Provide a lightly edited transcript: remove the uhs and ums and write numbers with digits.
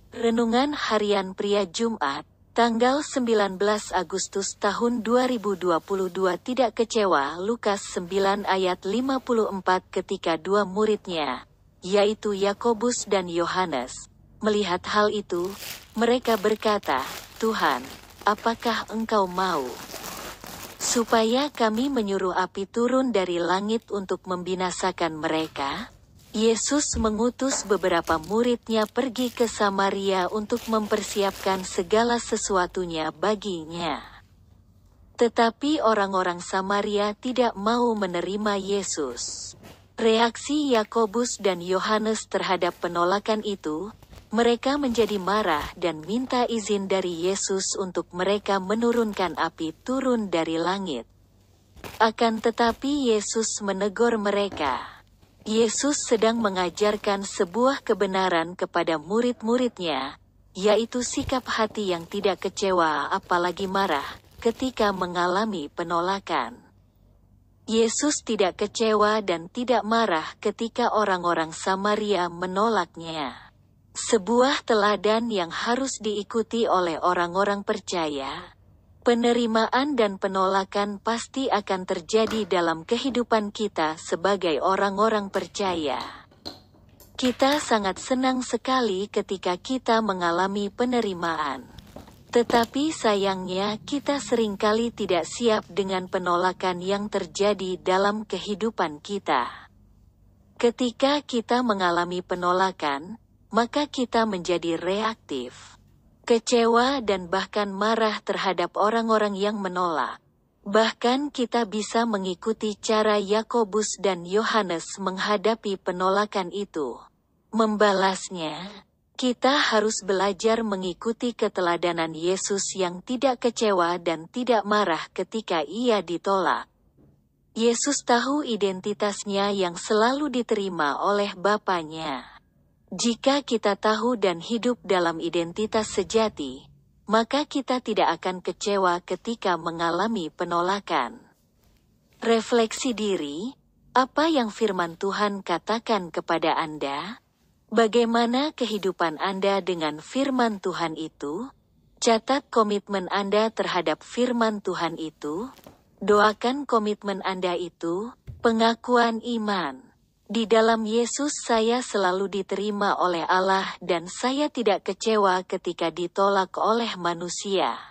Renungan Harian Pria Jumat, tanggal 19 Agustus tahun 2022. Tidak kecewa. Lukas 9 ayat 54. Ketika dua muridnya, yaitu Yakobus dan Yohanes, melihat hal itu, mereka berkata, "Tuhan, apakah Engkau mau supaya kami menyuruh api turun dari langit untuk membinasakan mereka?" Yesus mengutus beberapa murid-Nya pergi ke Samaria untuk mempersiapkan segala sesuatunya baginya. Tetapi orang-orang Samaria tidak mau menerima Yesus. Reaksi Yakobus dan Yohanes terhadap penolakan itu, mereka menjadi marah dan minta izin dari Yesus untuk mereka menurunkan api turun dari langit. Akan tetapi Yesus menegur mereka. Yesus sedang mengajarkan sebuah kebenaran kepada murid-murid-Nya, yaitu sikap hati yang tidak kecewa apalagi marah ketika mengalami penolakan. Yesus tidak kecewa dan tidak marah ketika orang-orang Samaria menolaknya. Sebuah teladan yang harus diikuti oleh orang-orang percaya. Penerimaan dan penolakan pasti akan terjadi dalam kehidupan kita sebagai orang-orang percaya. Kita sangat senang sekali ketika kita mengalami penerimaan. Tetapi sayangnya kita seringkali tidak siap dengan penolakan yang terjadi dalam kehidupan kita. Ketika kita mengalami penolakan, maka kita menjadi reaktif, kecewa dan bahkan marah terhadap orang-orang yang menolak. Bahkan kita bisa mengikuti cara Yakobus dan Yohanes menghadapi penolakan itu. Membalasnya, kita harus belajar mengikuti keteladanan Yesus yang tidak kecewa dan tidak marah ketika Ia ditolak. Yesus tahu identitasnya yang selalu diterima oleh Bapa-Nya. Jika kita tahu dan hidup dalam identitas sejati, maka kita tidak akan kecewa ketika mengalami penolakan. Refleksi diri, apa yang firman Tuhan katakan kepada Anda? Bagaimana kehidupan Anda dengan firman Tuhan itu? Catat komitmen Anda terhadap firman Tuhan itu. Doakan komitmen Anda itu, pengakuan iman. Di dalam Yesus saya selalu diterima oleh Allah dan saya tidak kecewa ketika ditolak oleh manusia.